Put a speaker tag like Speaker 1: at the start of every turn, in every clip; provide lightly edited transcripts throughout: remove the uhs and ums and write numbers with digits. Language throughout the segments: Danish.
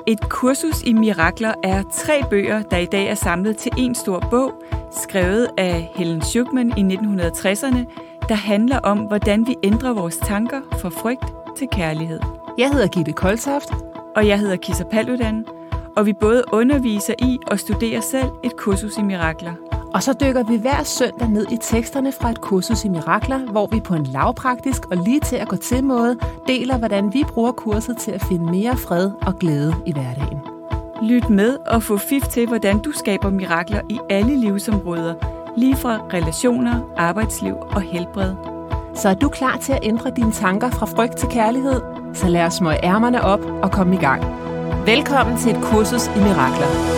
Speaker 1: Et kursus i mirakler er 3 bøger, der i dag er samlet til en stor bog, skrevet af Helen Schucman i 1960'erne, der handler om, hvordan vi ændrer vores tanker fra frygt til kærlighed.
Speaker 2: Jeg hedder Gitte Koltoft.
Speaker 1: Og jeg hedder Kisser Paludan, og vi både underviser i og studerer selv et kursus i mirakler.
Speaker 2: Og så dykker vi hver søndag ned i teksterne fra et kursus i mirakler, hvor vi på en lavpraktisk og lige til at gå til måde deler, hvordan vi bruger kurset til at finde mere fred og glæde i hverdagen.
Speaker 1: Lyt med og få fif til, hvordan du skaber mirakler i alle livsområder, lige fra relationer, arbejdsliv og helbred.
Speaker 2: Så er du klar til at ændre dine tanker fra frygt til kærlighed? Så lad os smøge ærmerne op og komme i gang. Velkommen til et kursus i mirakler.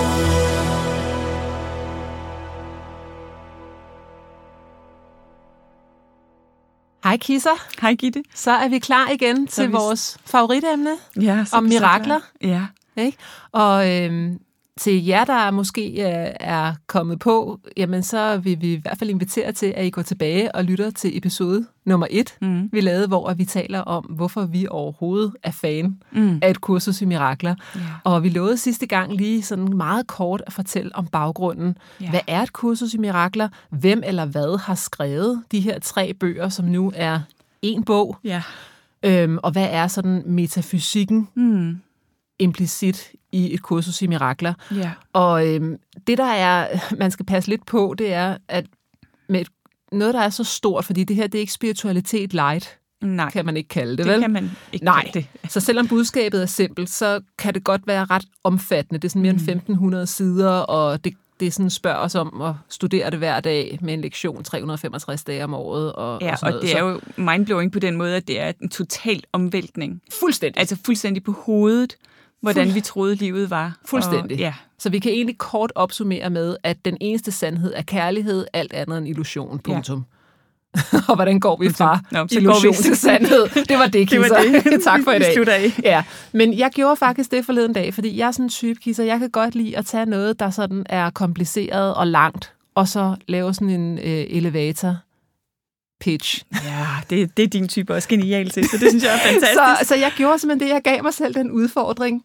Speaker 2: Hej Kisser.
Speaker 1: Hej Gitte.
Speaker 2: Så er vi klar igen til vores favoritemne om mirakler.
Speaker 1: Ja.
Speaker 2: Ikke? Og til jer, der måske er kommet på, jamen så vil vi i hvert fald invitere til, at I går tilbage og lytter til episode nummer 1, vi lavede, hvor vi taler om, hvorfor vi overhovedet er fan af et kursus i mirakler. Ja. Og vi lovede sidste gang lige sådan meget kort at fortælle om baggrunden. Ja. Hvad er et kursus i mirakler? Hvem eller hvad har skrevet de her 3 bøger, som nu er 1 bog?
Speaker 1: Ja.
Speaker 2: Og hvad er sådan metafysikken implicit i et kursus i mirakler?
Speaker 1: Ja.
Speaker 2: Og det, der er, man skal passe lidt på, det er, at med noget, der er så stort, fordi det her, det er ikke spiritualitet light, kan man ikke kalde det, vel?
Speaker 1: Det kan man ikke kalde det.
Speaker 2: Så selvom budskabet er simpelt, så kan det godt være ret omfattende. Det er sådan mere end 1500 sider, og det sådan spørger os om at studere det hver dag med en lektion 365 dage om året. Og sådan noget.
Speaker 1: Det er jo mindblowing på den måde, at det er en total omvæltning.
Speaker 2: Fuldstændig.
Speaker 1: Altså fuldstændig på hovedet, hvordan vi troede, livet var.
Speaker 2: Fuldstændig.
Speaker 1: Og, ja.
Speaker 2: Så vi kan egentlig kort opsummere med, at den eneste sandhed er kærlighed, alt andet end illusion. Punktum. Ja. Og hvordan går vi fra illusion til sandhed? Det var det, Kisser. Tak for i dag. Ja. Men jeg gjorde faktisk det forleden dag, fordi jeg er sådan en type, Kisser. Jeg kan godt lide at tage noget, der sådan er kompliceret og langt, og så lave sådan en elevator pitch.
Speaker 1: Ja, det er din type også genial til, så det synes jeg er fantastisk.
Speaker 2: Så jeg gjorde simpelthen det, jeg gav mig selv den udfordring,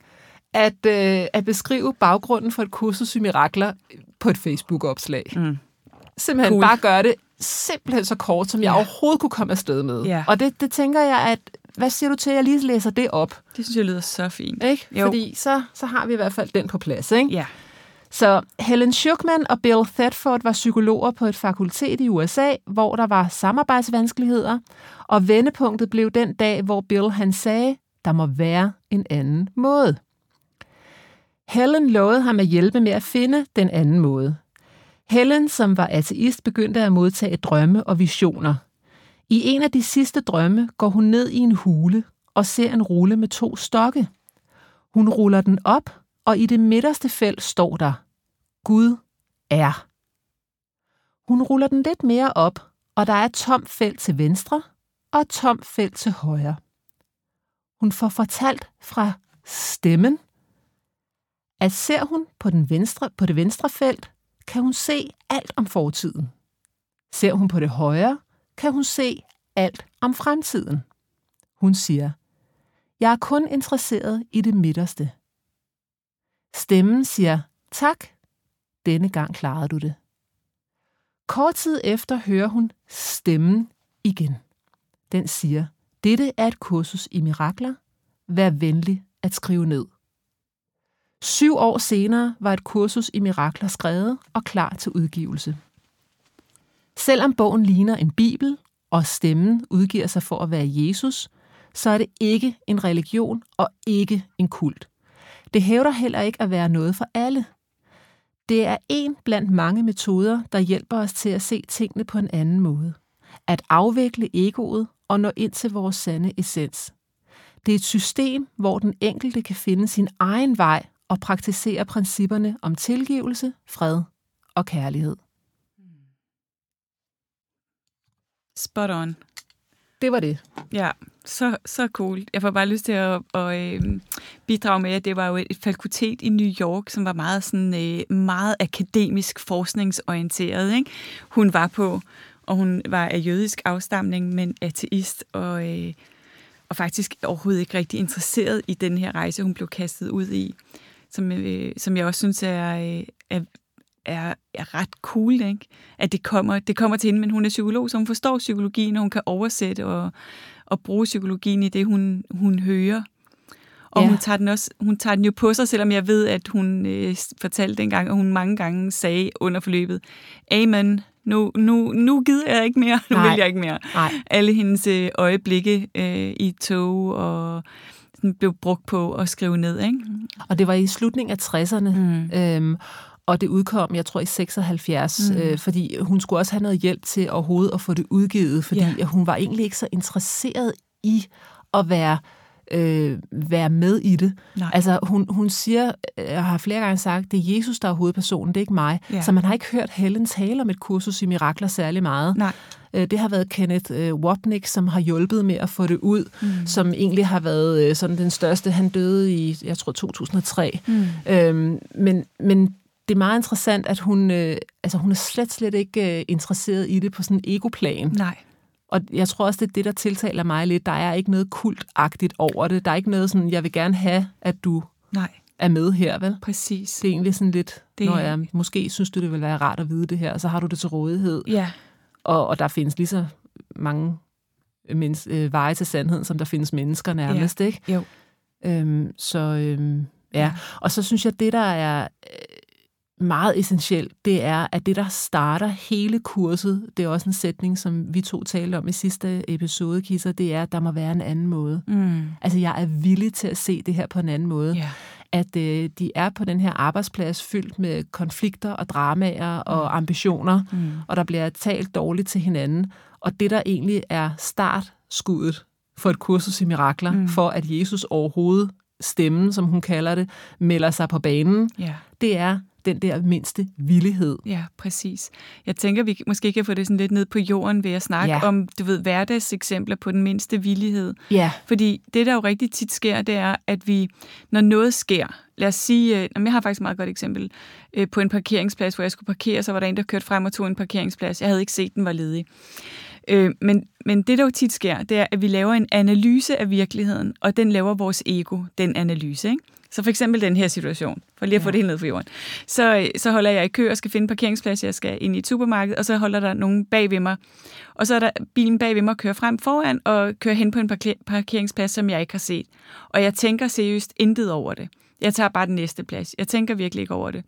Speaker 2: at beskrive baggrunden for et kursus i mirakler på et Facebook-opslag. Simpelthen bare gøre det simpelthen så kort, som jeg overhovedet kunne komme afsted med. Ja. Og det tænker jeg, at hvad siger du til, at jeg lige læser det op?
Speaker 1: Det synes jeg lyder så fint.
Speaker 2: Ikke? Fordi så har vi i hvert fald den på plads, ikke?
Speaker 1: Ja.
Speaker 2: Så Helen Schucman og Bill Thetford var psykologer på et fakultet i USA, hvor der var samarbejdsvanskeligheder, og vendepunktet blev den dag, hvor Bill han sagde, der må være en anden måde. Helen lovede ham at hjælpe med at finde den anden måde. Helen, som var ateist, begyndte at modtage drømme og visioner. I en af de sidste drømme går hun ned i en hule og ser en rulle med 2 stokke. Hun ruller den op, og i det midterste felt står der, Gud er. Hun ruller den lidt mere op, og der er et tomt felt til venstre og et tomt felt til højre. Hun får fortalt fra stemmen, at ser hun på det venstre felt, kan hun se alt om fortiden. Ser hun på det højre, kan hun se alt om fremtiden. Hun siger, jeg er kun interesseret i det midterste. Stemmen siger, tak, denne gang klarede du det. Kort tid efter hører hun stemmen igen. Den siger, dette er et kursus i mirakler. Vær venlig at skrive ned. 7 år senere var et kursus i mirakler skrevet og klar til udgivelse. Selvom bogen ligner en bibel, og stemmen udgiver sig for at være Jesus, så er det ikke en religion og ikke en kult. Det hævder heller ikke at være noget for alle. Det er en blandt mange metoder, der hjælper os til at se tingene på en anden måde. At afvikle egoet og nå ind til vores sande essens. Det er et system, hvor den enkelte kan finde sin egen vej og praktisere principperne om tilgivelse, fred og kærlighed.
Speaker 1: Spot on.
Speaker 2: Det var det.
Speaker 1: Ja, så cool. Jeg får bare lyst til at bidrage med, at det var jo et fakultet i New York, som var meget sådan meget akademisk forskningsorienteret, ikke? Hun var på, og hun var af jødisk afstamning, men ateist, og faktisk overhovedet ikke rigtig interesseret i den her rejse, hun blev kastet ud i, som jeg også synes er ret cool, ikke? At det kommer til hende, men hun er psykolog, så hun forstår psykologien, og hun kan oversætte og bruge psykologien i det, hun hører. Og hun tager den jo på sig, selvom jeg ved, at hun fortalte dengang, og hun mange gange sagde under forløbet, amen, nu gider jeg ikke mere, nu vil jeg ikke mere.
Speaker 2: Nej.
Speaker 1: Alle hendes øjeblikke i tog og blev brugt på at skrive ned, ikke?
Speaker 2: Og det var i slutningen af 60'erne, og det udkom, jeg tror, i 76, fordi hun skulle også have noget hjælp til overhovedet at få det udgivet, fordi hun var egentlig ikke så interesseret i at være med i det. Nej. Altså, hun siger, jeg har flere gange sagt, det er Jesus, der er hovedpersonen, det er ikke mig. Ja. Så man har ikke hørt Helen tale om et kursus i mirakler særlig meget. Nej. Det har været Kenneth Wapnick, som har hjulpet med at få det ud, som egentlig har været sådan den største. Han døde i, jeg tror, 2003. Men det er meget interessant, at hun er slet ikke interesseret i det på sådan en egoplan. Nej. Og jeg tror også, det er det, der tiltaler mig lidt. Der er ikke noget kultagtigt over det. Der er ikke noget sådan, jeg vil gerne have, at du er med her, vel?
Speaker 1: Præcis.
Speaker 2: Det er egentlig sådan lidt, måske synes du, det vil være rart at vide det her, og så har du det til rådighed. Ja. Og der findes lige så mange veje til sandheden, som der findes mennesker nærmest, ikke? Jo. Og så synes jeg, det der er meget essentielt, det er, at det, der starter hele kurset, det er også en sætning, som vi to talte om i sidste episode, Kisser, det er, at der må være en anden måde. Altså, jeg er villig til at se det her på en anden måde. Yeah. At de er på den her arbejdsplads fyldt med konflikter og dramaer og ambitioner, og der bliver talt dårligt til hinanden. Og det, der egentlig er startskuddet for et kursus i mirakler, for at Jesus overhovedet, stemmen, som hun kalder det, melder sig på banen, det er den der mindste villighed. Ja, præcis. Jeg tænker, vi måske kan få det sådan lidt ned på jorden ved at snakke om, hverdagseksempler på den mindste villighed. Ja. Fordi det, der jo rigtig tit sker, det er, at vi, når noget sker, lad os sige, jeg har faktisk et meget godt eksempel, på en parkeringsplads, hvor jeg skulle parkere, så var der en, der kørte frem og tog en parkeringsplads. Jeg havde ikke set, den var ledig. Men det, der jo tit sker, det er, at vi laver en analyse af virkeligheden, og den laver vores ego, den analyse, ikke? Så for eksempel den her situation, for lige at få det helt ned på jorden. Så holder jeg i kø og skal finde en parkeringsplads, jeg skal ind i et supermarked, og så holder der nogen bag ved mig. Og så er der bilen bag ved mig, kører frem foran og kører hen på en parkeringsplads, som jeg ikke har set. Og jeg tænker seriøst intet over det. Jeg tager bare den næste plads. Jeg tænker virkelig ikke over det.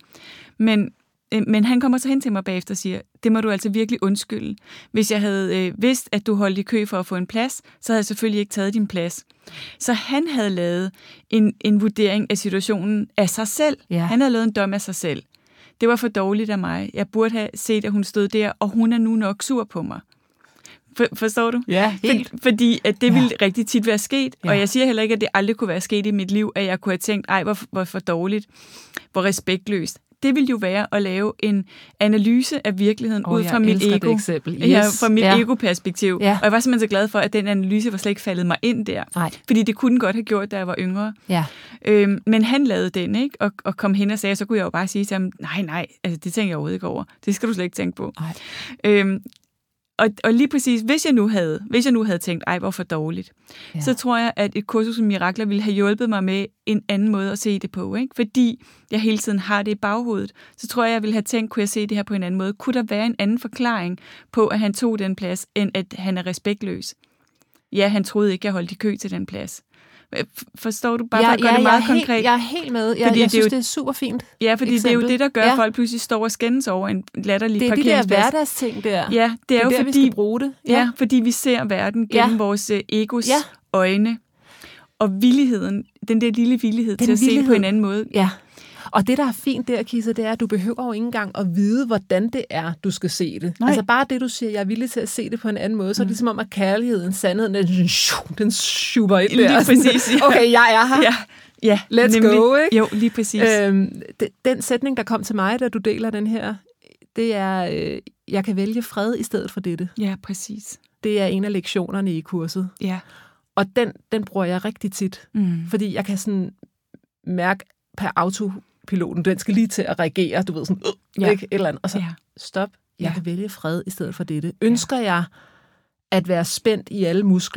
Speaker 2: Men han kommer så hen til mig bagefter og siger, det må du altså virkelig undskylde. Hvis jeg havde vidst, at du holdt i kø for at få en plads, så havde jeg selvfølgelig ikke taget din plads. Så han havde lavet en vurdering af situationen af sig selv. Ja. Han havde lavet en dom af sig selv. Det var for dårligt af mig. Jeg burde have set, at hun stod der, og hun er nu nok sur på mig. Forstår du? Ja, helt. Fordi at det ville rigtig tit være sket, og jeg siger heller ikke, at det aldrig kunne være sket i mit liv, at jeg kunne have tænkt, hvor for dårligt, hvor respektløst. Det vil jo være at lave en analyse af virkeligheden ud fra mit ego. Yes. Ja, fra mit ego-perspektiv. Ja. Og jeg var simpelthen så glad for, at den analyse var slet ikke faldet mig ind der. Nej. Fordi det kunne den godt have gjort, da jeg var yngre. Ja. Men han lavede den, ikke? Og kom hen og sagde, så kunne jeg jo bare sige til ham, nej, altså, det tænker jeg overhovedet ikke over. Det skal du slet ikke tænke på. Og lige præcis, hvis jeg nu havde tænkt, hvor for dårligt, så tror jeg, at et kursus om mirakler ville have hjulpet mig med en anden måde at se det på, ikke? Fordi jeg hele tiden har det i baghovedet, så tror jeg ville have tænkt, kunne jeg se det her på en anden måde? Kunne der være en anden forklaring på, at han tog den plads, end at han er respektløs? Ja, han troede ikke, jeg holdt i kø til den plads. Forstår du? Bare for at gøre det meget konkret. Jeg er helt med. Jeg synes, det er super fint.
Speaker 1: Ja, fordi eksempel. Det er jo det, der gør, at folk pludselig står og skændes over en latterlig parkeringsplads.
Speaker 2: Det er de der hverdagsting der.
Speaker 1: Ja, det er jo
Speaker 2: der,
Speaker 1: fordi,
Speaker 2: vi skal bruge det.
Speaker 1: Ja, fordi vi ser verden gennem vores egos øjne. Og villigheden, den der lille villighed til at se det på en anden måde.
Speaker 2: Ja. Og det, der er fint der, Kisser, det er, at du behøver jo ikke engang at vide, hvordan det er, du skal se det. Nej. Altså bare det, du siger, jeg er villig til at se det på en anden måde, så er det ligesom om, at kærligheden, sandheden, den super ind der.
Speaker 1: Lige præcis, ja.
Speaker 2: Okay, jeg er her. Ja, let's nemlig. Go, ikke?
Speaker 1: Jo, lige præcis.
Speaker 2: Den sætning, der kom til mig, da du deler den her, det er, jeg kan vælge fred i stedet for dette.
Speaker 1: Ja, præcis.
Speaker 2: Det er en af lektionerne i kurset. Ja. Og den bruger jeg rigtig tit, fordi jeg kan sådan mærke per autopiloten, den skal lige til at reagere, du ved sådan, ikke, et eller andet, og så stop, jeg kan vælge fred i stedet for dette. Ønsker jeg at være spændt i alle muskler,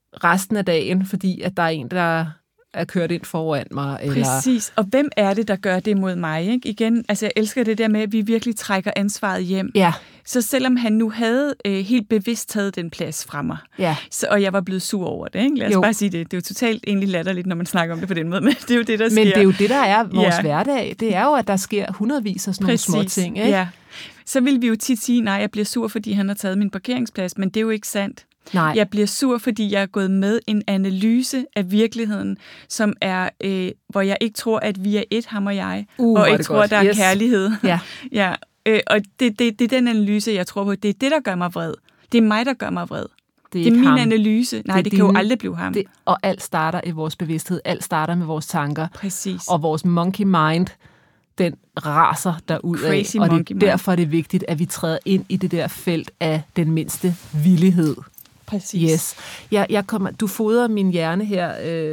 Speaker 2: resten af dagen, fordi at der er en, der er kørt ind foran mig.
Speaker 1: Præcis. Og hvem er det, der gør det mod mig? Ikke? Igen, altså jeg elsker det der med, at vi virkelig trækker ansvaret hjem.
Speaker 2: Ja.
Speaker 1: Så selvom han nu havde helt bevidst taget den plads fra mig, og jeg var blevet sur over det, ikke? Lad os bare sige det. Det er jo totalt egentlig latterligt, når man snakker om det på den måde, men det er jo det, der sker.
Speaker 2: Men det er jo det, der er vores hverdag. Det er jo, at der sker hundredvis af sådan nogle små ting. Ikke?
Speaker 1: Ja. Så vil vi jo tit sige, nej, jeg bliver sur, fordi han har taget min parkeringsplads, men det er jo ikke sandt.
Speaker 2: Nej.
Speaker 1: Jeg bliver sur, fordi jeg er gået med en analyse af virkeligheden, som er, hvor jeg ikke tror, at vi er et, ham og jeg, og ikke tror, at der er kærlighed. Ja. Og det er den analyse, jeg tror på. Det er det, der gør mig vred. Det er mig, der gør mig vred. Det er min analyse. Nej, det kan jo aldrig blive ham.
Speaker 2: Og alt starter i vores bevidsthed. Alt starter med vores tanker.
Speaker 1: Præcis.
Speaker 2: Og vores monkey mind, den raser derudad. Og derfor er det vigtigt, at vi træder ind i det der felt af den mindste villighed.
Speaker 1: Præcis.
Speaker 2: Yes. Du fodrer min hjerne her,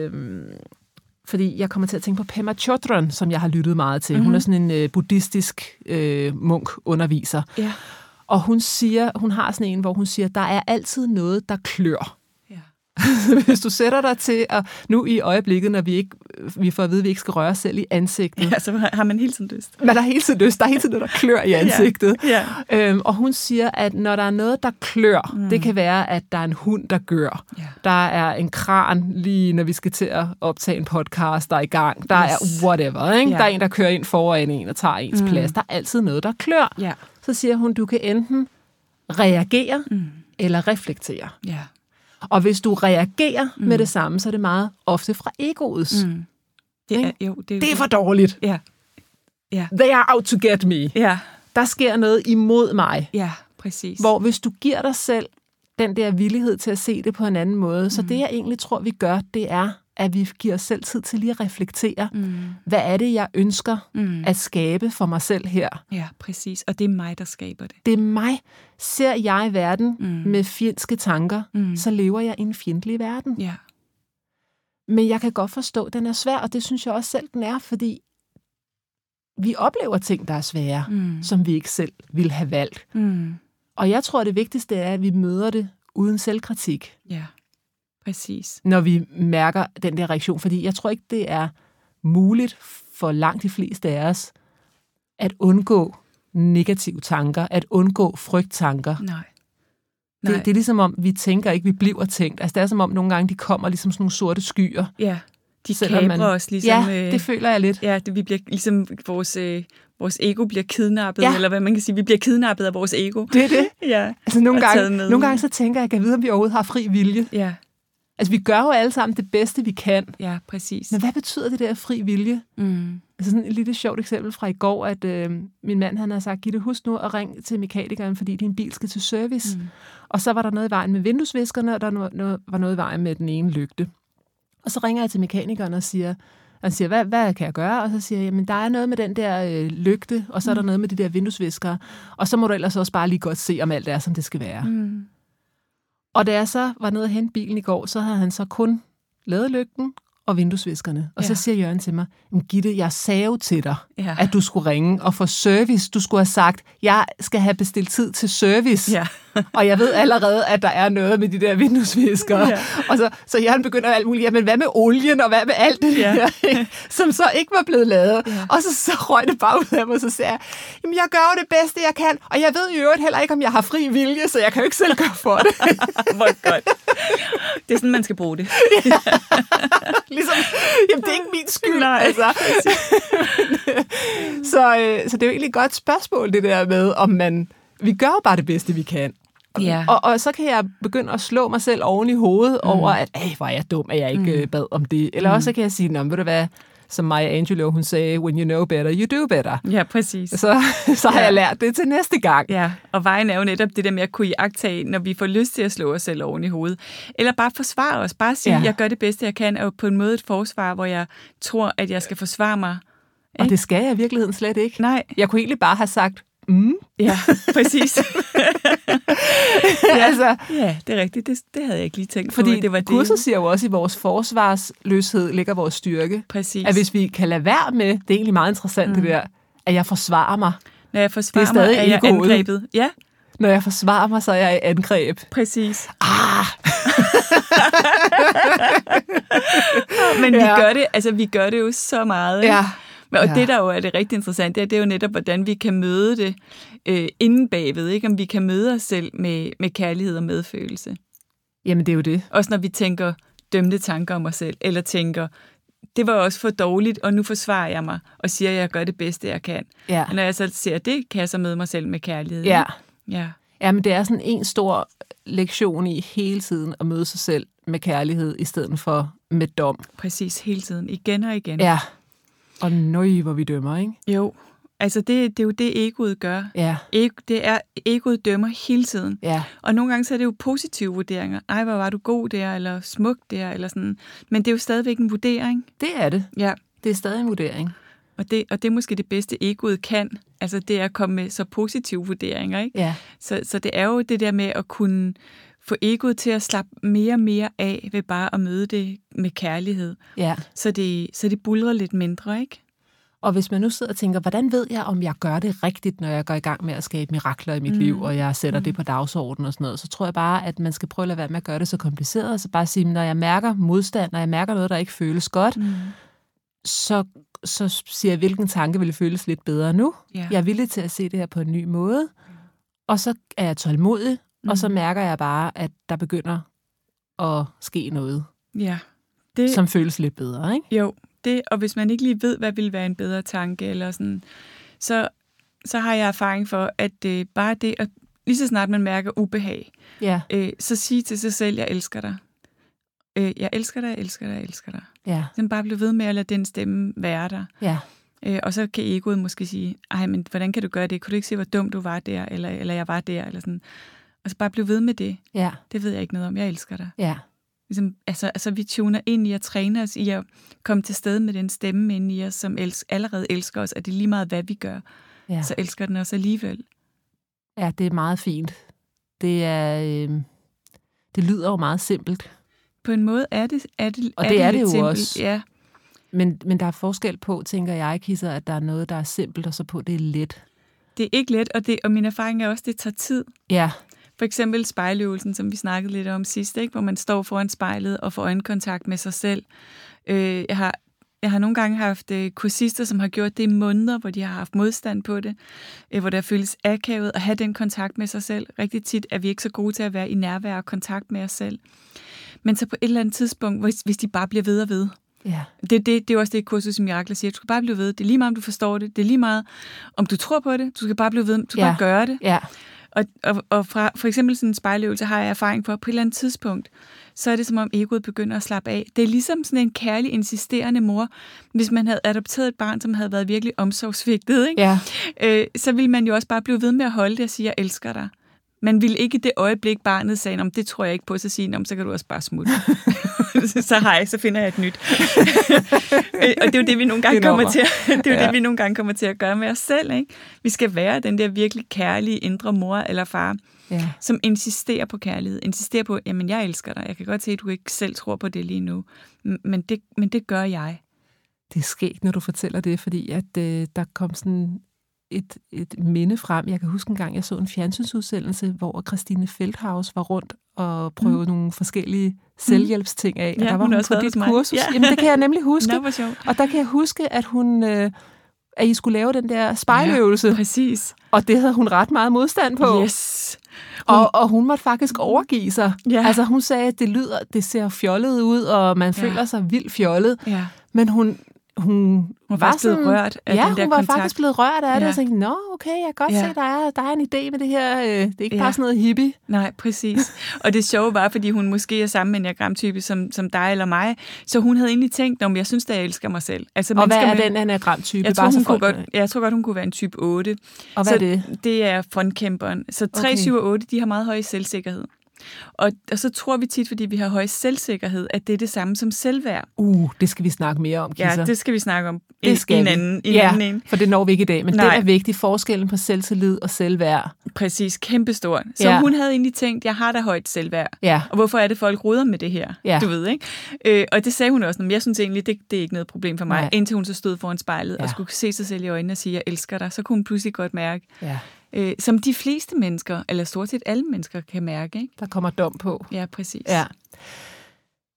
Speaker 2: fordi jeg kommer til at tænke på Pema Chodron, som jeg har lyttet meget til. Hun er sådan en buddhistisk munk-underviser.
Speaker 1: Ja.
Speaker 2: Og hun har sådan en, hvor hun siger, der er altid noget, der klør.
Speaker 1: Ja.
Speaker 2: Hvis du sætter dig til, og nu i øjeblikket, når vi får at vide, at vi ikke skal røre os selv i ansigtet.
Speaker 1: Ja, så har man hele tiden lyst.
Speaker 2: Men der er hele tiden lyst. Der er hele tiden noget, der klør i ansigtet.
Speaker 1: Ja.
Speaker 2: Og hun siger, at når der er noget, der klør, det kan være, at der er en hund, der gør.
Speaker 1: Ja.
Speaker 2: Der er en kran lige, når vi skal til at optage en podcast, der er i gang. Der er whatever, ikke?
Speaker 1: Ja.
Speaker 2: Der er en, der kører ind foran en og tager ens plads. Der er altid noget, der klør.
Speaker 1: Ja.
Speaker 2: Så siger hun, du kan enten reagere eller reflektere.
Speaker 1: Ja.
Speaker 2: Og hvis du reagerer med det samme, så er det meget ofte fra egoets. Det er for dårligt.
Speaker 1: Ja. Ja.
Speaker 2: They are out to get me.
Speaker 1: Ja.
Speaker 2: Der sker noget imod mig.
Speaker 1: Ja, præcis.
Speaker 2: Hvor hvis du giver dig selv den der villighed til at se det på en anden måde, så det jeg egentlig tror, vi gør, det er, at vi giver os selv tid til lige at reflektere. Hvad er det, jeg ønsker at skabe for mig selv her?
Speaker 1: Ja, præcis. Og det er mig, der skaber det.
Speaker 2: Det er mig. Ser jeg verden med fjendske tanker, så lever jeg i en fjendtlig verden.
Speaker 1: Ja.
Speaker 2: Men jeg kan godt forstå, at den er svær, og det synes jeg også selv, den er, fordi vi oplever ting, der er svære, som vi ikke selv ville have valgt. Og jeg tror, det vigtigste er, at vi møder det uden selvkritik.
Speaker 1: Ja, præcis.
Speaker 2: Når vi mærker den der reaktion, fordi jeg tror ikke, det er muligt for langt de fleste af os at undgå negative tanker, at undgå frygttanker.
Speaker 1: Nej.
Speaker 2: Det er ligesom om, vi tænker ikke, vi bliver tænkt. Altså det er som om, nogle gange de kommer ligesom sådan nogle sorte skyer.
Speaker 1: Ja, de kabrer os ligesom.
Speaker 2: Ja, det føler jeg lidt.
Speaker 1: Ja, vi bliver ligesom, vores ego bliver kidnappet, eller hvad man kan sige, vi bliver kidnappet af vores ego.
Speaker 2: Det er det.
Speaker 1: Ja.
Speaker 2: Altså nogle gange så tænker jeg, at jeg ved, om vi overhovedet har fri vilje.
Speaker 1: Ja.
Speaker 2: Altså vi gør jo alle sammen det bedste, vi kan.
Speaker 1: Ja, præcis.
Speaker 2: Men hvad betyder det der fri vilje? Altså sådan et lille sjovt eksempel fra i går, at min mand han har sagt, Gitte, husk nu at ringe til mekanikeren, fordi din bil skal til service. Og så var der noget i vejen med vinduesviskerne, og der var noget i vejen med den ene lygte. Og så ringer jeg til mekanikeren og siger, hvad kan jeg gøre? Og så siger jeg, jamen der er noget med den der lygte, og så er der noget med de der vinduesviskere. Og så må du ellers også bare lige godt se, om alt er, som det skal være. Og da jeg så var nede og hente bilen i går, så havde han så kun lavet lygten og vinduesviskerne. Og så siger Jørgen til mig, Gitte, jeg sagde jo til dig, at du skulle ringe og få service. Du skulle have sagt, jeg skal have bestilt tid til service. Ja. Og jeg ved allerede, at der er noget med de der vinduesviskere. Ja. Og så Jørgen begynder alt muligt, men hvad med olien og hvad med alt det der, som så ikke var blevet lavet. Ja. Og så røg det bare ud af mig, og så sagde jeg, jamen jeg gør jo det bedste, jeg kan, og jeg ved i øvrigt heller ikke, om jeg har fri vilje, så jeg kan jo ikke selv gøre for det.
Speaker 1: Hvor godt. Det er sådan, man skal bruge det.
Speaker 2: Ligesom, jamen det er ikke min skyld. Nej, altså. Så det er jo egentlig et godt spørgsmål, det der med, om vi gør jo bare det bedste, vi kan.
Speaker 1: Ja.
Speaker 2: Og så kan jeg begynde at slå mig selv oven i hovedet over, at hvor er jeg dum, at jeg ikke bad om det. Eller også kan jeg sige, ved du hvad, som Maya Angelou, hun sagde, when you know better, you do better.
Speaker 1: Ja, præcis.
Speaker 2: Så har jeg lært det til næste gang.
Speaker 1: Ja, og vejen er jo netop det der med at kunne iagttage, når vi får lyst til at slå os selv oven i hovedet. Eller bare forsvare os. Bare sige, jeg gør det bedste, jeg kan, og på en måde et forsvar, hvor jeg tror, at jeg skal forsvare mig.
Speaker 2: Og det skal jeg i virkeligheden slet ikke.
Speaker 1: Nej.
Speaker 2: Jeg kunne egentlig bare have sagt,
Speaker 1: Ja, præcis.
Speaker 2: Altså,
Speaker 1: ja, det er rigtigt. Det havde jeg ikke lige tænkt på.
Speaker 2: Fordi
Speaker 1: det var
Speaker 2: kurset siger jo også, at i vores forsvarsløshed ligger vores styrke.
Speaker 1: Præcis.
Speaker 2: At hvis vi kan lade være med, det er egentlig meget interessant det der, at jeg forsvarer mig.
Speaker 1: Når jeg forsvarer mig, er jeg angrebet. Ja.
Speaker 2: Når jeg forsvarer mig, så er jeg i angreb.
Speaker 1: Præcis. Men vi gør det jo så meget. Ikke?
Speaker 2: Ja.
Speaker 1: Og det, der jo er det rigtig interessante, det er jo netop, hvordan vi kan møde det inden bagved. Ikke? Om vi kan møde os selv med kærlighed og medfølelse.
Speaker 2: Jamen, det er jo det.
Speaker 1: Også når vi tænker dømte tanker om os selv, eller tænker, det var også for dårligt, og nu forsvarer jeg mig, og siger, at jeg gør det bedste, jeg kan.
Speaker 2: Ja.
Speaker 1: Og når jeg så siger det, kan jeg så møde mig selv med kærlighed.
Speaker 2: Ja.
Speaker 1: Ja.
Speaker 2: Ja, men det er sådan en stor lektion i hele tiden at møde sig selv med kærlighed, i stedet for med dom.
Speaker 1: Præcis, hele tiden. Igen og igen.
Speaker 2: Ja. Og nøj, hvor vi dømmer, ikke?
Speaker 1: Jo. Altså, det er jo det, egoet gør.
Speaker 2: Ja.
Speaker 1: Egoet dømmer hele tiden.
Speaker 2: Ja.
Speaker 1: Og nogle gange så er det jo positive vurderinger. Ej, hvor var du god der, eller smuk der, eller sådan. Men det er jo stadigvæk en vurdering.
Speaker 2: Det er det.
Speaker 1: Ja.
Speaker 2: Det er stadig en vurdering.
Speaker 1: Og det er måske det bedste, egoet kan. Altså, det er at komme med så positive vurderinger, ikke?
Speaker 2: Ja.
Speaker 1: Så det er jo det der med at kunne få egoet til at slappe mere og mere af ved bare at møde det med kærlighed.
Speaker 2: Ja.
Speaker 1: Så det buldrer lidt mindre, ikke?
Speaker 2: Og hvis man nu sidder og tænker, hvordan ved jeg, om jeg gør det rigtigt, når jeg går i gang med at skabe mirakler i mit liv, og jeg sætter det på dagsordenen og sådan noget, så tror jeg bare, at man skal prøve at lade være med at gøre det så kompliceret, og så bare sige, når jeg mærker modstand, når jeg mærker noget, der ikke føles godt, så siger jeg, hvilken tanke vil føles lidt bedre nu.
Speaker 1: Ja.
Speaker 2: Jeg er villig til at se det her på en ny måde, og så er jeg tålmodig, og så mærker jeg bare, at der begynder at ske noget,
Speaker 1: Ja.
Speaker 2: som føles lidt bedre, ikke?
Speaker 1: Jo, og hvis man ikke lige ved, hvad vil være en bedre tanke, eller sådan, så har jeg erfaring for, at bare det, at lige så snart man mærker ubehag,
Speaker 2: Ja.
Speaker 1: så sige til sig selv, jeg elsker dig. Jeg elsker dig, jeg elsker dig, jeg elsker dig.
Speaker 2: Ja.
Speaker 1: Så bare blive ved med at lade den stemme være der.
Speaker 2: Ja.
Speaker 1: Og så kan egoet måske sige, ej, men hvordan kan du gøre det? Kunne du ikke se, hvor dum du var der, eller jeg var der, eller sådan. Og så bare blive ved med det.
Speaker 2: Ja.
Speaker 1: Det ved jeg ikke noget om, jeg elsker dig.
Speaker 2: Ja.
Speaker 1: Ligesom, altså vi tuner ind i at træne os i at komme til stede med den stemme inde i os, som allerede elsker os, og det er lige meget, hvad vi gør.
Speaker 2: Ja.
Speaker 1: Så elsker den os alligevel.
Speaker 2: Ja, det er meget fint. Det lyder jo meget simpelt.
Speaker 1: På en måde er det
Speaker 2: Og det er det jo
Speaker 1: simpelt.
Speaker 2: også.
Speaker 1: Ja.
Speaker 2: Men der er forskel på, tænker jeg, Kisser, at der er noget, der er simpelt, og så på, det er let.
Speaker 1: Det er ikke let, og min erfaring er også, det tager tid.
Speaker 2: Ja.
Speaker 1: For eksempel spejløvelsen, som vi snakkede lidt om sidst, ikke? Hvor man står foran spejlet og får øjenkontakt med sig selv. Jeg har nogle gange haft kursister, som har gjort det i måneder, hvor de har haft modstand på det, hvor der føles akavet at have den kontakt med sig selv. Rigtig tit er vi ikke så gode til at være i nærvær og kontakt med os selv. Men så på et eller andet tidspunkt, hvis de bare bliver ved og ved.
Speaker 2: Ja.
Speaker 1: Det er også det, kursus i mirakler siger. Du skal bare blive ved. Det er lige meget, om du forstår det. Det er lige meget, om du tror på det. Du skal bare blive ved. Du skal bare gøre det.
Speaker 2: Ja.
Speaker 1: Og fra for eksempel sådan en spejløvelse har jeg erfaring for, på et eller andet tidspunkt, så er det som om egoet begynder at slappe af. Det er ligesom sådan en kærlig, insisterende mor, hvis man havde adopteret et barn, som havde været virkelig omsorgsvigtet, ikke?
Speaker 2: Ja.
Speaker 1: Så ville man jo også bare blive ved med at holde det og sige, jeg elsker dig. Man ville ikke i det øjeblik, barnet sagde, det tror jeg ikke på, så sige, så kan du også bare smutte. så finder jeg et nyt. Og det er jo det, vi nogle gange kommer til. Det er jo det, vi nogle gange kommer til at gøre med os selv, ikke? Vi skal være den der virkelig kærlige indre mor eller far, som insisterer på kærlighed. Insisterer på, jamen jeg elsker dig. Jeg kan godt se, at du ikke selv tror på det lige nu. Men det gør jeg.
Speaker 2: Det er skægt, når du fortæller det, fordi at der kom sådan et minde frem. Jeg kan huske en gang, jeg så en fjernsynsudsendelse, hvor Christine Feldhaus var rundt og prøvede nogle forskellige selvhjælpsting af. Og der var hun på dit kursus. Ja. Jamen, det kan jeg nemlig huske. Og der kan jeg huske, at at I skulle lave den der spejløvelse.
Speaker 1: Ja, præcis.
Speaker 2: Og det havde hun ret meget modstand på.
Speaker 1: Yes.
Speaker 2: Og hun måtte faktisk overgive sig.
Speaker 1: Ja.
Speaker 2: Altså hun sagde, at det ser fjollet ud, og man føler sig vildt fjollet.
Speaker 1: Ja.
Speaker 2: Men hun
Speaker 1: var sådan, blevet rørt af den der
Speaker 2: hun var
Speaker 1: kontakt.
Speaker 2: faktisk blevet rørt af det, og tænkte, okay, jeg kan godt se, der er en idé med det her. Det er ikke bare sådan noget hippie.
Speaker 1: Nej, præcis. Og det sjove var, fordi hun måske er samme enneagramtype som dig eller mig, så hun havde egentlig tænkt, om jeg synes, at jeg elsker mig selv. Altså,
Speaker 2: og hvad er den enneagramtype?
Speaker 1: Jeg tror godt, hun kunne være en type 8.
Speaker 2: Og hvad er det?
Speaker 1: Det er frontkæmperen. Så 3, 7 og 8, de har meget høj selvsikkerhed. Og så tror vi tit, fordi vi har høj selvsikkerhed, at det er det samme som selvværd.
Speaker 2: Det skal vi snakke mere om, Kisser.
Speaker 1: Ja, det skal vi snakke om i en anden.
Speaker 2: For det når vi ikke i dag, men det er vigtigt. Forskellen på selvtillid og selvværd.
Speaker 1: Præcis, kæmpestor. Så hun havde egentlig tænkt, jeg har da højt selvværd.
Speaker 2: Ja.
Speaker 1: Og hvorfor er det, folk ruder med det her?
Speaker 2: Ja.
Speaker 1: Du ved, ikke? Og det sagde hun også, men jeg synes egentlig, det er ikke noget problem for mig. Indtil hun så stod foran spejlet og skulle se sig selv i øjnene og sige, jeg elsker dig, så kunne hun pludselig godt mærke, som de fleste mennesker, eller stort set alle mennesker, kan mærke. Ikke?
Speaker 2: Der kommer dom på.
Speaker 1: Ja, præcis.
Speaker 2: Ja.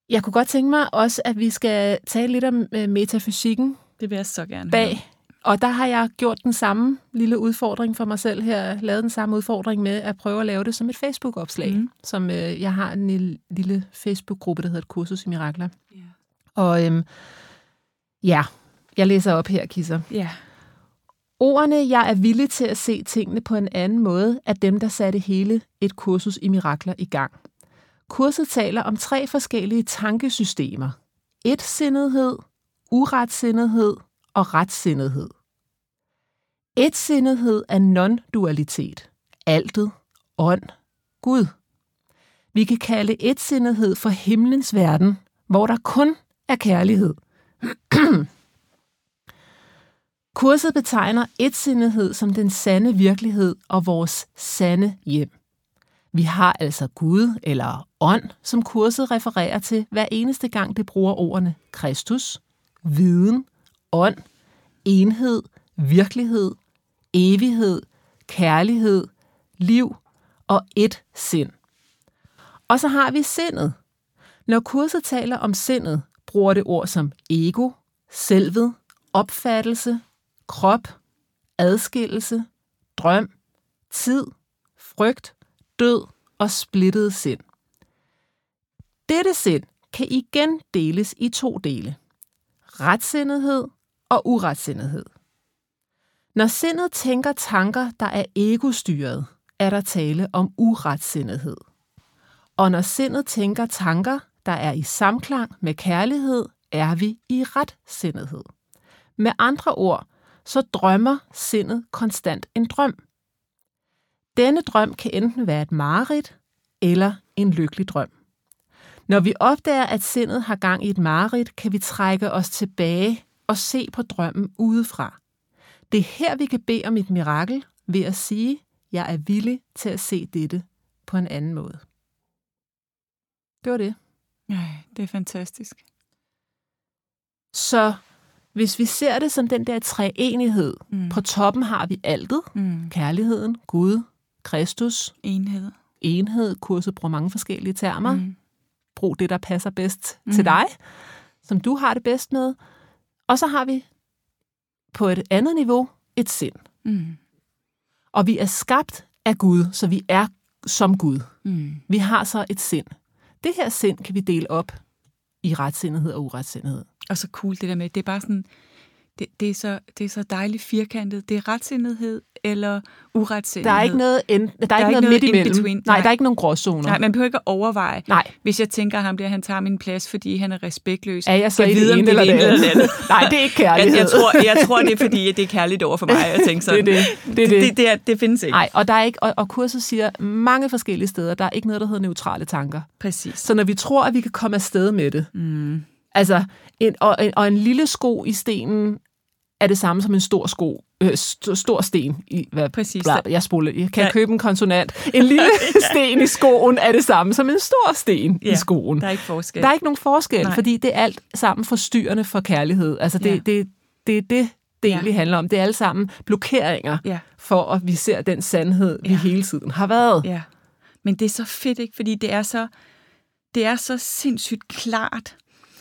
Speaker 2: Jeg kunne godt tænke mig også, at vi skal tale lidt om metafysikken
Speaker 1: Det vil jeg så gerne
Speaker 2: bag.
Speaker 1: have.
Speaker 2: Og der har jeg gjort den samme lille udfordring for mig selv her. Lavet den samme udfordring med at prøve at lave det som et Facebook-opslag. Som jeg har en lille Facebook-gruppe, der hedder et kursus i mirakler.
Speaker 1: Yeah.
Speaker 2: Og jeg læser op her, Kisser.
Speaker 1: Ja.
Speaker 2: Ordene, jeg er villig til at se tingene på en anden måde, er dem, der satte hele et kursus i mirakler i gang. Kurset taler om 3 forskellige tankesystemer. Etsindighed, uretsindighed og retsindighed. Etsindighed er non-dualitet. Altet, ånd, Gud. Vi kan kalde etsindighed for himlens verden, hvor der kun er kærlighed. Kurset betegner etsindighed som den sande virkelighed og vores sande hjem. Vi har altså Gud eller ånd, som kurset refererer til hver eneste gang det bruger ordene Kristus, viden, ånd, enhed, virkelighed, evighed, kærlighed, liv og ét sind. Og så har vi sindet. Når kurset taler om sindet, bruger det ord som ego, selvet, opfattelse, krop, adskillelse, drøm, tid, frygt, død og splittet sind. Dette sind kan igen deles i 2 dele. Retsindighed og uretsindighed. Når sindet tænker tanker, der er egostyret, er der tale om uretsindighed. Og når sindet tænker tanker, der er i samklang med kærlighed, er vi i retsindighed. Med andre ord, så drømmer sindet konstant en drøm. Denne drøm kan enten være et mareridt eller en lykkelig drøm. Når vi opdager, at sindet har gang i et mareridt, kan vi trække os tilbage og se på drømmen udefra. Det er her, vi kan bede om et mirakel ved at sige, jeg er villig til at se dette på en anden måde. Det var det.
Speaker 1: Nej, det er fantastisk.
Speaker 2: Så hvis vi ser det som den der treenighed, på toppen har vi altet, kærligheden, Gud, Kristus, enhed, kurset bruger mange forskellige termer. Brug det, der passer bedst til dig, som du har det bedst med. Og så har vi på et andet niveau et sind. Og vi er skabt af Gud, så vi er som Gud. Vi har så et sind. Det her sind kan vi dele op i retsindighed og uretsindighed.
Speaker 1: Og så cool det der med, det er bare sådan, det er så dejligt firkantet. Det er retsindighed eller uretsindighed.
Speaker 2: Der er ikke noget midt imellem. Nej, der er ikke nogen gråzoner.
Speaker 1: Nej, man behøver ikke at overveje. Nej. Hvis jeg tænker ham der, han tager min plads, fordi han er respektløs.
Speaker 2: Er jeg så i det ene eller det andet? Nej, det er ikke kærlighed.
Speaker 1: Jeg tror, det er fordi, det er kærligt over for mig. Jeg tænker sådan, det findes ikke.
Speaker 2: Nej, og der er ikke, og kurset siger mange forskellige steder, der er ikke noget, der hedder neutrale tanker.
Speaker 1: Præcis.
Speaker 2: Så når vi tror, at vi kan komme afsted med det, altså, en lille sko i stenen er det samme som en stor sten i
Speaker 1: præcis.
Speaker 2: Jeg kan købe en konsonant. En lille sten i skoen er det samme som en stor sten i skoen.
Speaker 1: Der er ikke forskel.
Speaker 2: Der er ikke nogen forskel, fordi det er alt sammen forstyrrende for kærlighed. Altså det egentlig handler om. Det er alle sammen blokeringer for, at vi ser den sandhed, vi hele tiden har været.
Speaker 1: Ja. Men det er så fedt, ikke? Fordi det er så sindssygt klart.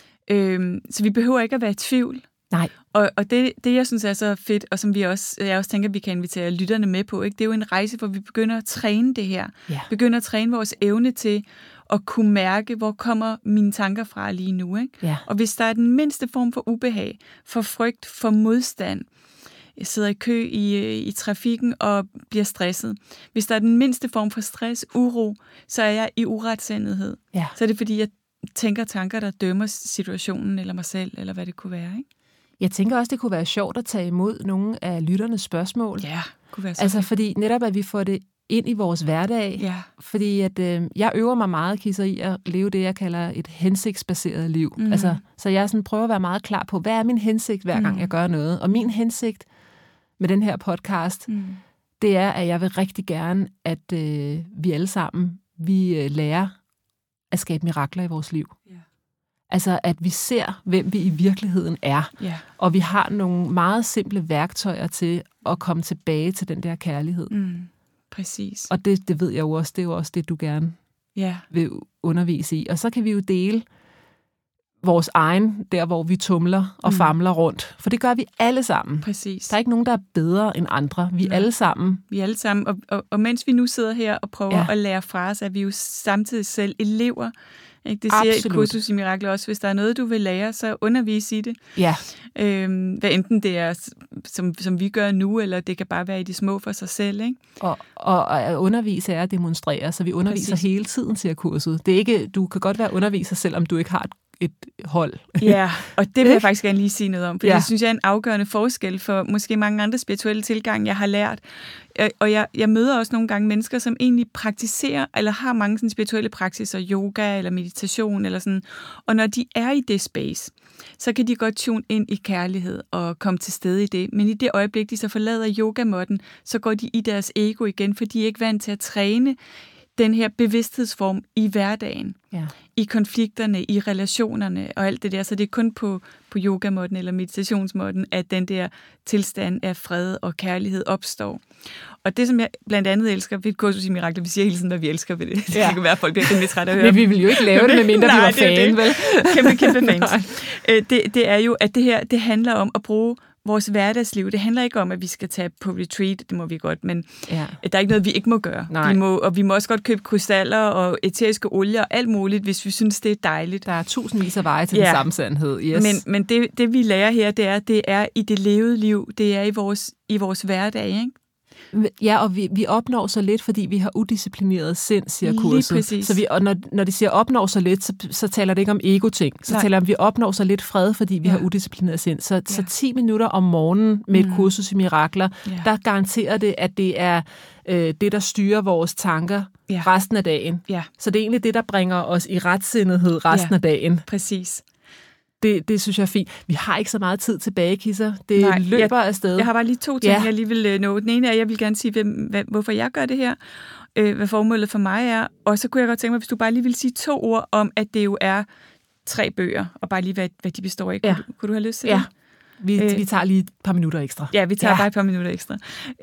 Speaker 1: Så vi behøver ikke at være i tvivl.
Speaker 2: Nej.
Speaker 1: Og det, jeg synes er så fedt, og som jeg også tænker, vi kan invitere lytterne med på, ikke? Det er jo en rejse, hvor vi begynder at træne det her. Ja. Begynder at træne vores evne til at kunne mærke, hvor kommer mine tanker fra lige nu. Ikke?
Speaker 2: Ja.
Speaker 1: Og hvis der er den mindste form for ubehag, for frygt, for modstand, jeg sidder i kø i trafikken og bliver stresset. Hvis der er den mindste form for stress, uro, så er jeg i uretsindighed. Ja. Så er det fordi, jeg tænker tanker, der dømmer situationen eller mig selv, eller hvad det kunne være, ikke?
Speaker 2: Jeg tænker også, det kunne være sjovt at tage imod nogle af lytternes spørgsmål.
Speaker 1: Ja, kunne være så.
Speaker 2: Altså fordi netop, at vi får det ind i vores hverdag. Ja. Fordi at jeg øver mig meget, Kisser, i at leve det, jeg kalder et hensigtsbaseret liv. Altså, så jeg sådan prøver at være meget klar på, hvad er min hensigt, hver gang jeg gør noget. Og min hensigt med den her podcast, det er, at jeg vil rigtig gerne, at vi alle sammen, vi lærer at skabe mirakler i vores liv. Ja. Altså, at vi ser, hvem vi i virkeligheden er. Yeah. Og vi har nogle meget simple værktøjer til at komme tilbage til den der kærlighed.
Speaker 1: Præcis.
Speaker 2: Og det ved jeg jo også, det er jo også det, du gerne vil undervise i. Og så kan vi jo dele vores egen, der hvor vi tumler og famler rundt. For det gør vi alle sammen.
Speaker 1: Præcis.
Speaker 2: Der er ikke nogen, der er bedre end andre. Vi er alle sammen.
Speaker 1: Vi er alle sammen. Og mens vi nu sidder her og prøver at lære fra os, er vi jo samtidig selv elever. Ikke? Det siger et kursus i mirakler også. Hvis der er noget, du vil lære, så undervis i det.
Speaker 2: Ja.
Speaker 1: Hvad enten det er, som vi gør nu, eller det kan bare være i de små for sig selv. Ikke?
Speaker 2: Og at undervise er at demonstrere, så vi underviser hele tiden, siger kurset. Det er ikke, du kan godt være underviser, selvom du ikke har et hold.
Speaker 1: Ja, og det vil jeg faktisk gerne lige sige noget om, for det synes jeg er en afgørende forskel for måske mange andre spirituelle tilgange, jeg har lært. Og jeg møder også nogle gange mennesker, som egentlig praktiserer, eller har mange sådan spirituelle praksiser, yoga eller meditation eller sådan. Og når de er i det space, så kan de godt tune ind i kærlighed og komme til stede i det. Men i det øjeblik, de så forlader yogamåtten, så går de i deres ego igen, for de er ikke vant til at træne den her bevidsthedsform i hverdagen, i konflikterne, i relationerne og alt det der. Så det er kun på yogamåtten eller meditationsmåtten, at den der tilstand af fred og kærlighed opstår. Og det, som jeg blandt andet elsker ved et kursus i mirakler, vi siger hele tiden, hvad vi elsker ved det. Det kan være, at folk bliver lidt træt af at høre.
Speaker 2: Men vi vil jo ikke lave det, medmindre vi var fan, vel?
Speaker 1: Kæmpe fans. Det er jo, at det her, det handler om at bruge vores hverdagsliv. Det handler ikke om, at vi skal tage på retreat, det må vi godt, men der er ikke noget, vi ikke må gøre. Vi må også godt købe krystaller og æteriske olier og alt muligt, hvis vi synes, det er dejligt. Der
Speaker 2: er tusindvis af veje til den samme sandhed. Yes.
Speaker 1: Men det, vi lærer her, det er i det levede liv, det er i vores hverdag, ikke?
Speaker 2: Ja, og vi opnår så lidt, fordi vi har udisciplineret sind, siger kurset. Så når de siger opnår så lidt, så taler det ikke om ego-ting. Så taler vi opnår så lidt fred, fordi vi har udisciplineret sind. Så 10 minutter om morgenen med et kursus i mirakler, der garanterer det, at det er det, der styrer vores tanker resten af dagen. Ja. Så det er egentlig det, der bringer os i retsindighed resten af dagen.
Speaker 1: Præcis.
Speaker 2: Det synes jeg er fint. Vi har ikke så meget tid tilbage, Kisser. Det løber afsted.
Speaker 1: Jeg har bare lige 2 ting, jeg lige vil nå. Den ene er, at jeg vil gerne sige, hvorfor jeg gør det her, hvad formålet for mig er. Og så kunne jeg godt tænke mig, hvis du bare lige vil sige 2 ord om, at det jo er 3 bøger, og bare lige, hvad de består af. Kunne du have lyst til det?
Speaker 2: Vi tager lige et par minutter ekstra.
Speaker 1: Ja, vi tager bare et par minutter ekstra.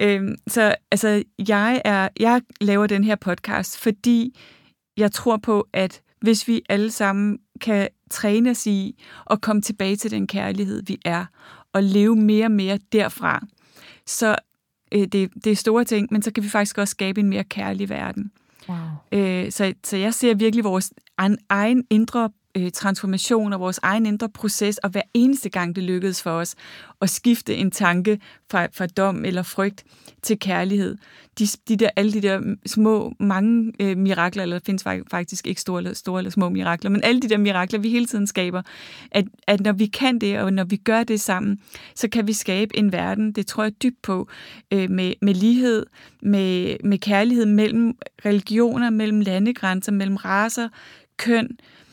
Speaker 1: Så altså, jeg laver den her podcast, fordi jeg tror på, at hvis vi alle sammen kan træne os i og komme tilbage til den kærlighed, vi er, og leve mere og mere derfra, så det er store ting, men så kan vi faktisk også skabe en mere kærlig verden. Wow. Så jeg ser virkelig vores egen indre transformation og vores egen indre proces, og hver eneste gang det lykkedes for os at skifte en tanke fra dom eller frygt til kærlighed. Alle de der små, mange mirakler, eller der findes faktisk ikke store eller små mirakler, men alle de der mirakler, vi hele tiden skaber, at når vi kan det, og når vi gør det sammen, så kan vi skabe en verden, det tror jeg dybt på, med lighed, med kærlighed mellem religioner, mellem landegrænser, mellem racer, køn,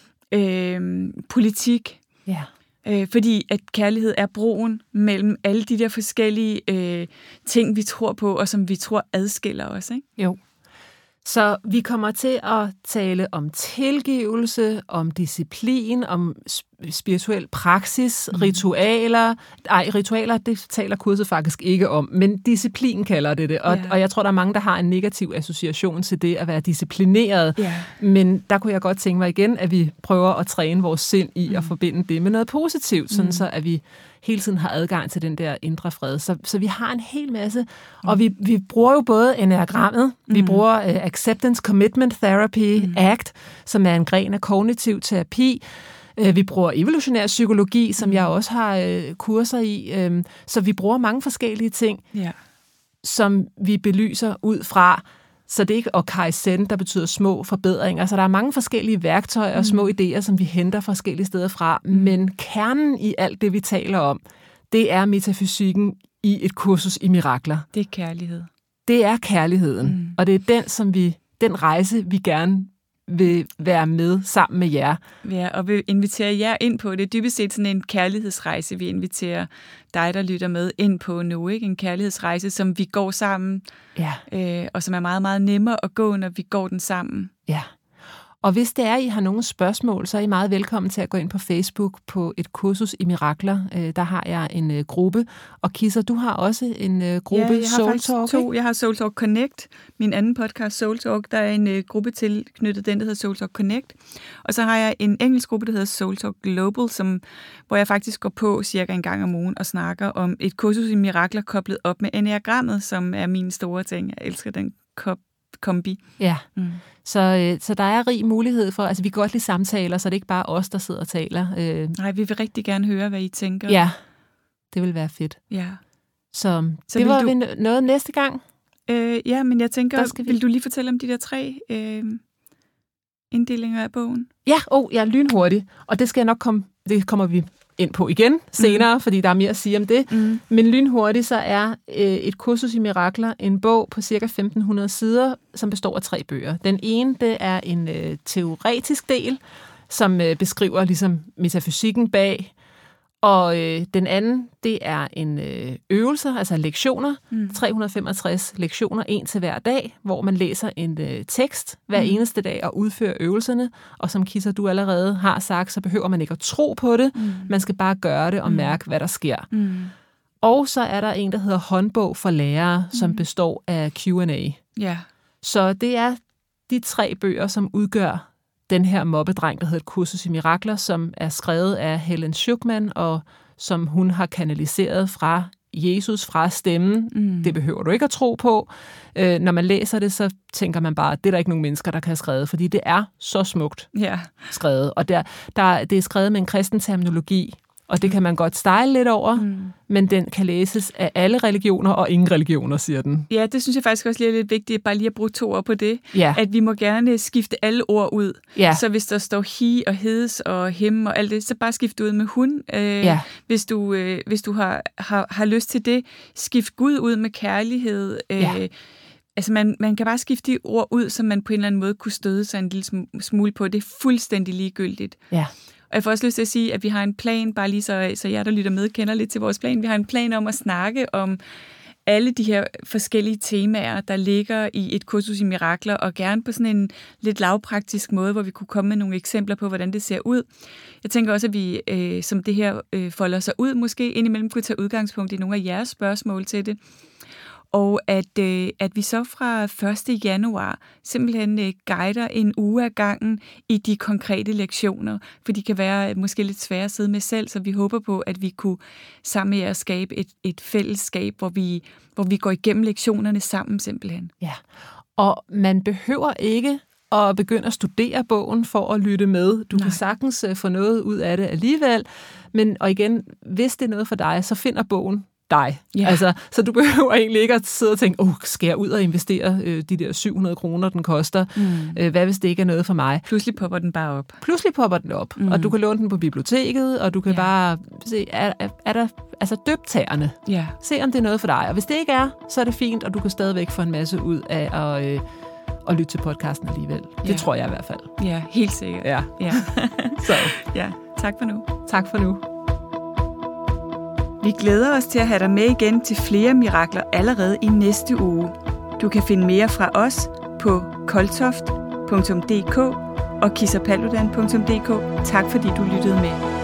Speaker 1: politik. Fordi at kærlighed er broen mellem alle de der forskellige ting, vi tror på, og som vi tror adskiller os, ikke?
Speaker 2: Jo. Så vi kommer til at tale om tilgivelse, om disciplin, om spirituel praksis, ritualer. Ritualer, det taler kurset faktisk ikke om, men disciplin kalder det. Og jeg tror, der er mange, der har en negativ association til det at være disciplineret. Yeah. Men der kunne jeg godt tænke mig igen, at vi prøver at træne vores sind i at forbinde det med noget positivt, sådan så at vi hele tiden har adgang til den der indre fred. Så vi har en hel masse, og vi bruger jo både enagrammet, vi bruger Acceptance Commitment Therapy, ACT, som er en gren af kognitiv terapi. Vi bruger evolutionær psykologi, som jeg også har kurser i. Så vi bruger mange forskellige ting, som vi belyser ud fra. Så det er ikke Kaizen, der betyder små forbedringer. Så der er mange forskellige værktøjer og små idéer, som vi henter forskellige steder fra. Men kernen i alt det, vi taler om, det er metafysikken i et kursus i mirakler.
Speaker 1: Det er kærlighed.
Speaker 2: Det er kærligheden. Og det er den rejse, vi gerne vil være med sammen med jer.
Speaker 1: Ja, og vi inviterer jer ind på det. Dybest set sådan en kærlighedsrejse, vi inviterer dig, der lytter med, ind på nu. Ikke? En kærlighedsrejse, som vi går sammen, og som er meget, meget nemmere at gå, når vi går den sammen.
Speaker 2: Ja, Og hvis det er, I har nogle spørgsmål, så er I meget velkommen til at gå ind på Facebook på et kursus i mirakler. Der har jeg en gruppe. Og Kisser, du har også en gruppe, Soul Talk.
Speaker 1: To. Jeg har Soul Talk Connect, min anden podcast Soul Talk. Der er en gruppe tilknyttet den, der hedder Soul Talk Connect. Og så har jeg en engelsk gruppe, der hedder Soul Talk Global, hvor jeg faktisk går på cirka en gang om ugen og snakker om et kursus i mirakler koblet op med enneagrammet, som er min store ting. Jeg elsker den kombi.
Speaker 2: Ja, så der er rig mulighed for, altså vi kan godt lide samtaler, så det er ikke bare os, der sidder og taler.
Speaker 1: Nej, vi vil rigtig gerne høre, hvad I tænker.
Speaker 2: Ja, det vil være fedt.
Speaker 1: Ja.
Speaker 2: Så det var noget næste gang.
Speaker 1: Ja, men jeg tænker, vil du lige fortælle om de der 3 inddelinger af bogen?
Speaker 2: Ja, lynhurtigt. Og det skal jeg nok det kommer vi ind på igen senere, fordi der er mere at sige om det. Men lynhurtigt, så er et kursus i mirakler en bog på ca. 1500 sider, som består af 3 bøger. Den ene, det er en teoretisk del, som beskriver ligesom metafysikken bag. Og den anden, det er en øvelser, altså lektioner, 365 lektioner, 1 til hver dag, hvor man læser en tekst hver eneste dag og udfører øvelserne. Og som Kisser, du allerede har sagt, så behøver man ikke at tro på det. Man skal bare gøre det og mærke, hvad der sker. Og så er der en, der hedder håndbog for lærere, som består af Q&A.
Speaker 1: Ja.
Speaker 2: Så det er de 3 bøger, som udgør den her mobbedreng, der hedder et kursus i mirakler, som er skrevet af Helen Schucman, og som hun har kanaliseret fra Jesus, fra stemmen. Det behøver du ikke at tro på. Når man læser det, så tænker man bare, at det er der ikke nogen mennesker, der kan have skrevet, fordi det er så smukt skrevet. Og det er skrevet med en kristen terminologi, og det kan man godt style lidt over, men den kan læses af alle religioner, og ingen religioner, siger den.
Speaker 1: Ja, det synes jeg faktisk også lige er lidt vigtigt, bare lige at bruge 2 ord på det.
Speaker 2: Ja.
Speaker 1: At vi må gerne skifte alle ord ud.
Speaker 2: Ja.
Speaker 1: Så hvis der står he og his og him og alt det, så bare skift ud med hun. Hvis du har lyst til det, skift Gud ud med kærlighed. Altså man kan bare skifte de ord ud, som man på en eller anden måde kunne støde sig en lille smule på. Det er fuldstændig ligegyldigt.
Speaker 2: Ja.
Speaker 1: Og jeg får også lyst til at sige, at vi har en plan, bare lige så jer, der lytter med, kender lidt til vores plan. Vi har en plan om at snakke om alle de her forskellige temaer, der ligger i et kursus i mirakler, og gerne på sådan en lidt lavpraktisk måde, hvor vi kunne komme med nogle eksempler på, hvordan det ser ud. Jeg tænker også, at vi, som det her folder sig ud, måske indimellem kunne tage udgangspunkt i nogle af jeres spørgsmål til det. Og at vi så fra 1. januar simpelthen guider en uge ad gangen i de konkrete lektioner, for de kan være måske lidt svære at sidde med selv, så vi håber på, at vi kunne sammen med jer skabe et fællesskab, hvor vi går igennem lektionerne sammen simpelthen.
Speaker 2: Ja, og man behøver ikke at begynde at studere bogen for at lytte med. Du kan sagtens få noget ud af det alligevel, og igen, hvis det er noget for dig, så finder bogen dig. Ja. Altså, så du behøver egentlig ikke at sidde og tænke, skal jeg ud og investere de der 700 kroner, den koster? Hvad hvis det ikke er noget for mig?
Speaker 1: Pludselig popper den bare op.
Speaker 2: Og du kan låne den på biblioteket, og du kan bare se, er der altså døb tæerne.
Speaker 1: Ja.
Speaker 2: Se, om det er noget for dig. Og hvis det ikke er, så er det fint, og du kan stadigvæk få en masse ud af at lytte til podcasten alligevel. Det tror jeg i hvert fald.
Speaker 1: Ja, helt sikkert.
Speaker 2: Ja.
Speaker 1: Så. Ja, tak for nu.
Speaker 2: Tak for nu.
Speaker 1: Vi glæder os til at have dig med igen til flere mirakler allerede i næste uge. Du kan finde mere fra os på koltoft.dk og kissapaludan.dk. Tak fordi du lyttede med.